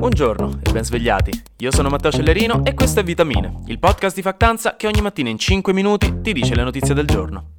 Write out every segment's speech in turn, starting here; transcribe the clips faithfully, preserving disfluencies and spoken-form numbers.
Buongiorno e ben svegliati. Io sono Matteo Cellerino e questo è Vitamine, il podcast di Factanza che ogni mattina in cinque minuti ti dice le notizie del giorno.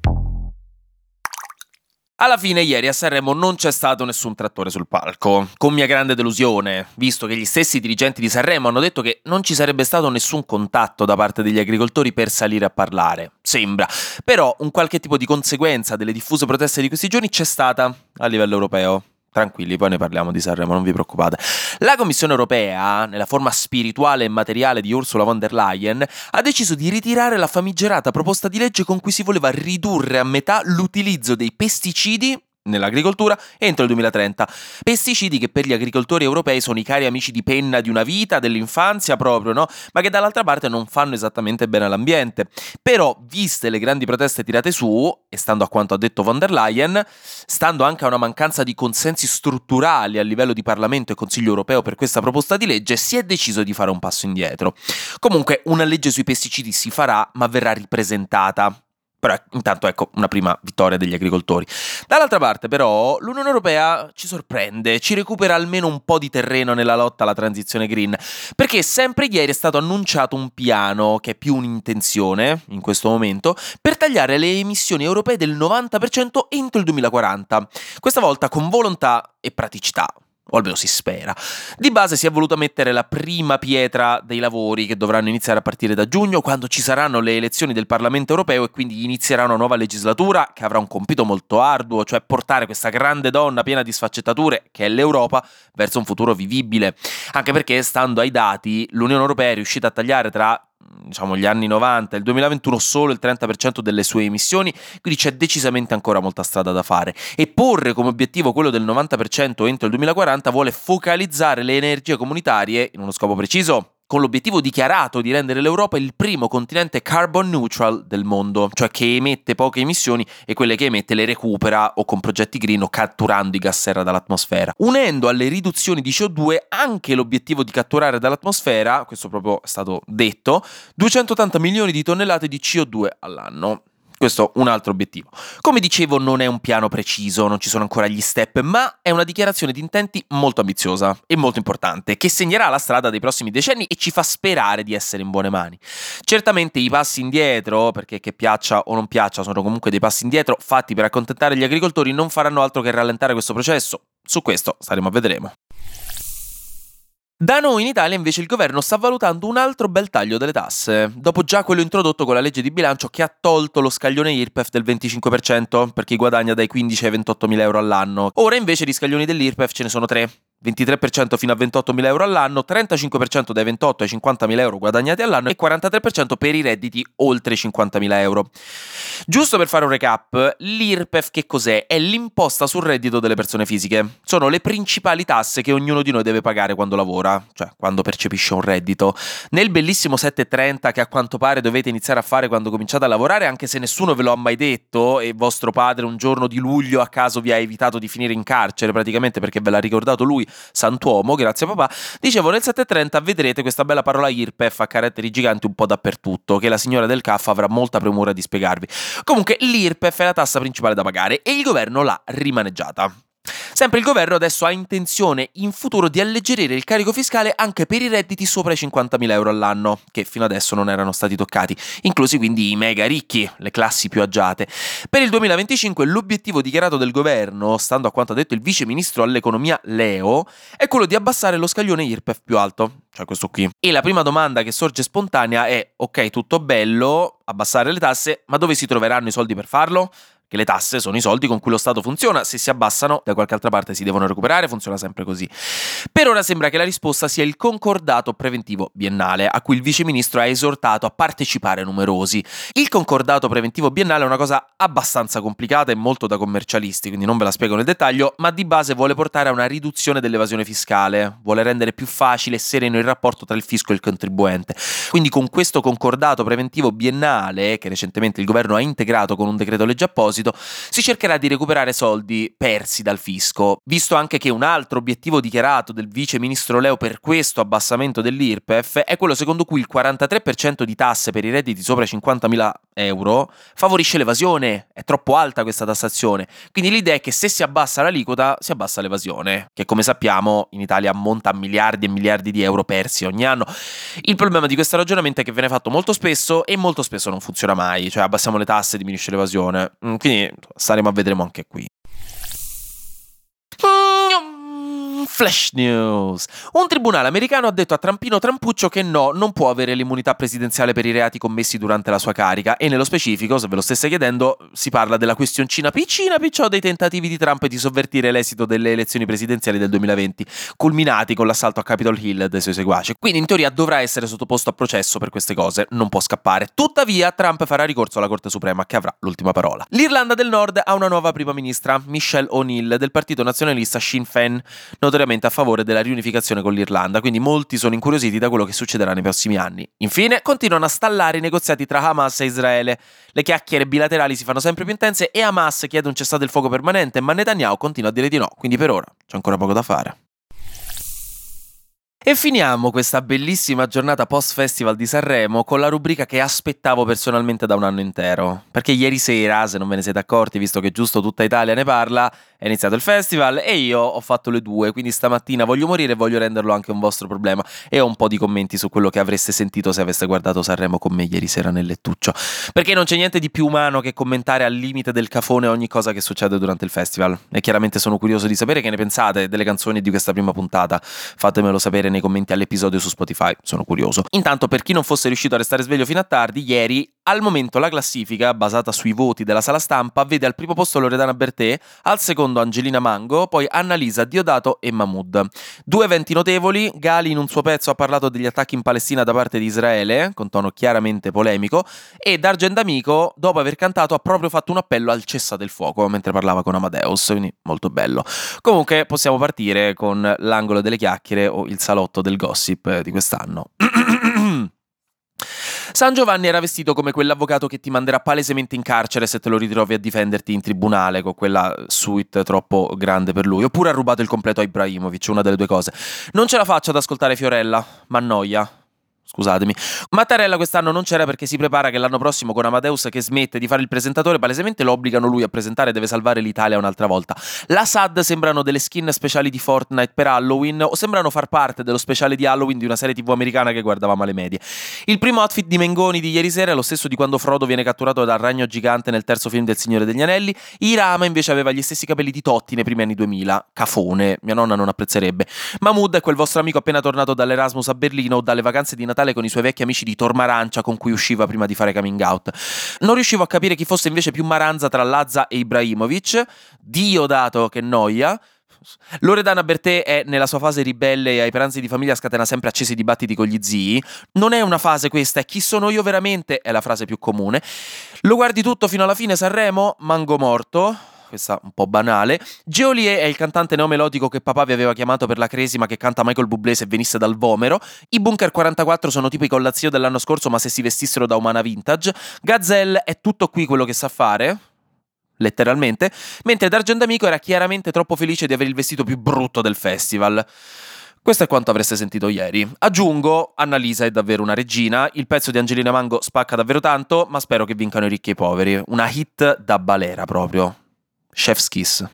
Alla fine ieri a Sanremo non c'è stato nessun trattore sul palco, con mia grande delusione, visto che gli stessi dirigenti di Sanremo hanno detto che non ci sarebbe stato nessun contatto da parte degli agricoltori per salire a parlare. Sembra. Però un qualche tipo di conseguenza delle diffuse proteste di questi giorni c'è stata a livello europeo. Tranquilli, poi ne parliamo di Sanremo, non vi preoccupate. La Commissione europea, nella forma spirituale e materiale di Ursula von der Leyen, ha deciso di ritirare la famigerata proposta di legge con cui si voleva ridurre a metà l'utilizzo dei pesticidi nell'agricoltura entro il duemilatrenta. Pesticidi che per gli agricoltori europei sono i cari amici di penna di una vita, dell'infanzia proprio, no? Ma che dall'altra parte non fanno esattamente bene all'ambiente. Però, viste le grandi proteste tirate su, e stando a quanto ha detto von der Leyen, stando anche a una mancanza di consensi strutturali a livello di Parlamento e Consiglio europeo per questa proposta di legge, si è deciso di fare un passo indietro. Comunque, una legge sui pesticidi si farà, ma verrà ripresentata. Però intanto ecco una prima vittoria degli agricoltori. Dall'altra parte però l'Unione Europea ci sorprende, ci recupera almeno un po' di terreno nella lotta alla transizione green, perché sempre ieri è stato annunciato un piano, che è più un'intenzione in questo momento, per tagliare le emissioni europee del novanta per cento entro il duemilaquaranta, questa volta con volontà e praticità. O almeno si spera. Di base si è voluta mettere la prima pietra dei lavori che dovranno iniziare a partire da giugno, quando ci saranno le elezioni del Parlamento europeo e quindi inizierà una nuova legislatura che avrà un compito molto arduo, cioè portare questa grande donna piena di sfaccettature, che è l'Europa, verso un futuro vivibile. Anche perché, stando ai dati, l'Unione Europea è riuscita a tagliare tra diciamo gli anni novanta e il duemilaventuno solo il trenta per cento delle sue emissioni, quindi c'è decisamente ancora molta strada da fare, e porre come obiettivo quello del novanta per cento entro il duemilaquaranta vuole focalizzare le energie comunitarie in uno scopo preciso, con l'obiettivo dichiarato di rendere l'Europa il primo continente carbon neutral del mondo, cioè che emette poche emissioni e quelle che emette le recupera o con progetti green o catturando i gas serra dall'atmosfera, unendo alle riduzioni di C O due anche l'obiettivo di catturare dall'atmosfera, questo proprio è stato detto, duecentottanta milioni di tonnellate di C O due all'anno. Questo è un altro obiettivo. Come dicevo, non è un piano preciso, non ci sono ancora gli step, ma è una dichiarazione di intenti molto ambiziosa e molto importante, che segnerà la strada dei prossimi decenni e ci fa sperare di essere in buone mani. Certamente i passi indietro, perché che piaccia o non piaccia, sono comunque dei passi indietro fatti per accontentare gli agricoltori, non faranno altro che rallentare questo processo. Su questo staremo a vedremo. Da noi in Italia invece il governo sta valutando un altro bel taglio delle tasse, dopo già quello introdotto con la legge di bilancio che ha tolto lo scaglione I R P E F del venticinque per cento per chi guadagna dai quindici ai ventottomila euro all'anno. Ora invece di scaglioni dell'I R P E F ce ne sono tre. ventitré per cento fino a ventottomila euro all'anno, trentacinque per cento dai ventotto ai cinquantamila euro guadagnati all'anno e quarantatré per cento per i redditi oltre i cinquantamila euro. Giusto per fare un recap, l'I R P E F che cos'è? È l'imposta sul reddito delle persone fisiche. Sono le principali tasse che ognuno di noi deve pagare quando lavora, cioè quando percepisce un reddito. Nel bellissimo sette e trenta che a quanto pare dovete iniziare a fare quando cominciate a lavorare, anche se nessuno ve lo ha mai detto e vostro padre un giorno di luglio a caso vi ha evitato di finire in carcere praticamente perché ve l'ha ricordato lui, santuomo, grazie papà, dicevo nel sette e trenta vedrete questa bella parola I R P E F a caratteri giganti un po' dappertutto, che la signora del caffè avrà molta premura di spiegarvi. Comunque l'I R P E F è la tassa principale da pagare e il governo l'ha rimaneggiata. Sempre il governo adesso ha intenzione in futuro di alleggerire il carico fiscale anche per i redditi sopra i cinquantamila euro all'anno, che fino adesso non erano stati toccati, inclusi quindi i mega ricchi, le classi più agiate. Per il duemilaventicinque l'obiettivo dichiarato del governo, stando a quanto ha detto il vice ministro all'economia Leo, è quello di abbassare lo scaglione I R P E F più alto, cioè questo qui. E la prima domanda che sorge spontanea è: ok, tutto bello, abbassare le tasse, ma dove si troveranno i soldi per farlo? Che le tasse sono i soldi con cui lo Stato funziona, se si abbassano da qualche altra parte si devono recuperare, funziona sempre così. Per ora sembra che la risposta sia il concordato preventivo biennale, a cui il vice ministro ha esortato a partecipare numerosi. Il concordato preventivo biennale è una cosa abbastanza complicata e molto da commercialisti, quindi non ve la spiego nel dettaglio, ma di base vuole portare a una riduzione dell'evasione fiscale, vuole rendere più facile e sereno il rapporto tra il fisco e il contribuente. Quindi con questo concordato preventivo biennale, che recentemente il governo ha integrato con un decreto legge apposito, proposito, si cercherà di recuperare soldi persi dal fisco, visto anche che un altro obiettivo dichiarato del vice ministro Leo per questo abbassamento dell'I R P E F è quello secondo cui il quarantatré per cento di tasse per i redditi sopra i cinquantamila euro favorisce l'evasione, è troppo alta questa tassazione, quindi l'idea è che se si abbassa l'aliquota si abbassa l'evasione, che come sappiamo in Italia ammonta a miliardi e miliardi di euro persi ogni anno. Il problema di questo ragionamento è che viene fatto molto spesso e molto spesso non funziona mai, cioè abbassiamo le tasse e diminuisce l'evasione, quindi staremo a vedremo anche qui. Flash news. Un tribunale americano ha detto a Trampino Trampuccio che no, non può avere l'immunità presidenziale per i reati commessi durante la sua carica e nello specifico, se ve lo stesse chiedendo, si parla della questioncina piccina picciò dei tentativi di Trump di sovvertire l'esito delle elezioni presidenziali del duemilaventi, culminati con l'assalto a Capitol Hill dei suoi seguaci. Quindi in teoria dovrà essere sottoposto a processo per queste cose, non può scappare. Tuttavia Trump farà ricorso alla Corte Suprema che avrà l'ultima parola. L'Irlanda del Nord ha una nuova prima ministra, Michelle O'Neill, del partito nazionalista Sinn Féin, notoriamente a favore della riunificazione con l'Irlanda, quindi molti sono incuriositi da quello che succederà nei prossimi anni. Infine, continuano a stallare i negoziati tra Hamas e Israele. Le chiacchiere bilaterali si fanno sempre più intense e Hamas chiede un cessate il fuoco permanente, ma Netanyahu continua a dire di no, quindi per ora c'è ancora poco da fare. E finiamo questa bellissima giornata post-festival di Sanremo con la rubrica che aspettavo personalmente da un anno intero. Perché ieri sera, se non ve ne siete accorti, visto che giusto tutta Italia ne parla, è iniziato il festival e io ho fatto le due, quindi stamattina voglio morire e voglio renderlo anche un vostro problema. E ho un po' di commenti su quello che avreste sentito se aveste guardato Sanremo con me ieri sera nel lettuccio. Perché non c'è niente di più umano che commentare al limite del cafone ogni cosa che succede durante il festival. E chiaramente sono curioso di sapere che ne pensate delle canzoni di questa prima puntata. Fatemelo sapere nei commenti all'episodio su Spotify, sono curioso. Intanto, per chi non fosse riuscito a restare sveglio fino a tardi, ieri, al momento la classifica, basata sui voti della sala stampa, vede al primo posto Loredana Bertè, al secondo Angelina Mango, poi Annalisa, Diodato e Mahmood. Due eventi notevoli: Gali in un suo pezzo ha parlato degli attacchi in Palestina da parte di Israele, con tono chiaramente polemico, e Dargen D'Amico, dopo aver cantato, ha proprio fatto un appello al cessate il fuoco mentre parlava con Amadeus, quindi molto bello. Comunque possiamo partire con l'angolo delle chiacchiere o il salotto del gossip di quest'anno. San Giovanni era vestito come quell'avvocato che ti manderà palesemente in carcere se te lo ritrovi a difenderti in tribunale con quella suite troppo grande per lui, oppure ha rubato il completo a Ibrahimovic, una delle due cose. Non ce la faccio ad ascoltare Fiorella, m'annoia. Scusatemi. Mattarella quest'anno non c'era perché si prepara che l'anno prossimo con Amadeus che smette di fare il presentatore palesemente lo obbligano lui a presentare e deve salvare l'Italia un'altra volta. La S A D sembrano delle skin speciali di Fortnite per Halloween o sembrano far parte dello speciale di Halloween di una serie tivù americana che guardavamo alle medie. Il primo outfit di Mengoni di ieri sera è lo stesso di quando Frodo viene catturato dal ragno gigante nel terzo film del Signore degli Anelli. Irama invece aveva gli stessi capelli di Totti nei primi anni duemila. Cafone, mia nonna non apprezzerebbe. Mahmood è quel vostro amico appena tornato dall'Erasmus a Berlino o dalle vacanze di Natale con i suoi vecchi amici di Tormarancia con cui usciva prima di fare coming out. Non riuscivo a capire chi fosse invece più maranza tra Lazza e Ibrahimovic. Diodato che noia. Loredana Bertè è nella sua fase ribelle e ai pranzi di famiglia scatena sempre accesi dibattiti con gli zii. Non è una fase questa, è chi sono io veramente, è la frase più comune. Lo guardi tutto fino alla fine Sanremo, Mango morto. Questa un po' banale. Geolier è il cantante neomelodico che papà vi aveva chiamato per la cresima che canta Michael Bublé se venisse dal Vomero. I Bunker quarantaquattro sono tipo i Collazzio dell'anno scorso ma se si vestissero da umana vintage. Gazelle è tutto qui quello che sa fare, letteralmente, mentre Dargen D'Amico era chiaramente troppo felice di avere il vestito più brutto del festival. Questo è quanto avreste sentito ieri. Aggiungo, Annalisa è davvero una regina, il pezzo di Angelina Mango spacca davvero tanto, ma spero che vincano i ricchi e i poveri. Una hit da balera proprio. Chef's kiss.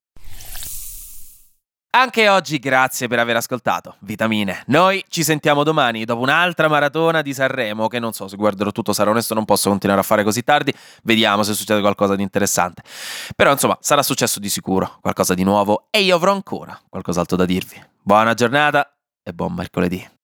Anche oggi grazie per aver ascoltato Vitamine. Noi ci sentiamo domani dopo un'altra maratona di Sanremo che non so se guarderò tutto, sarò onesto, non posso continuare a fare così tardi. Vediamo se succede qualcosa di interessante. Però insomma sarà successo di sicuro, qualcosa di nuovo e io avrò ancora qualcos'altro da dirvi. Buona giornata e buon mercoledì.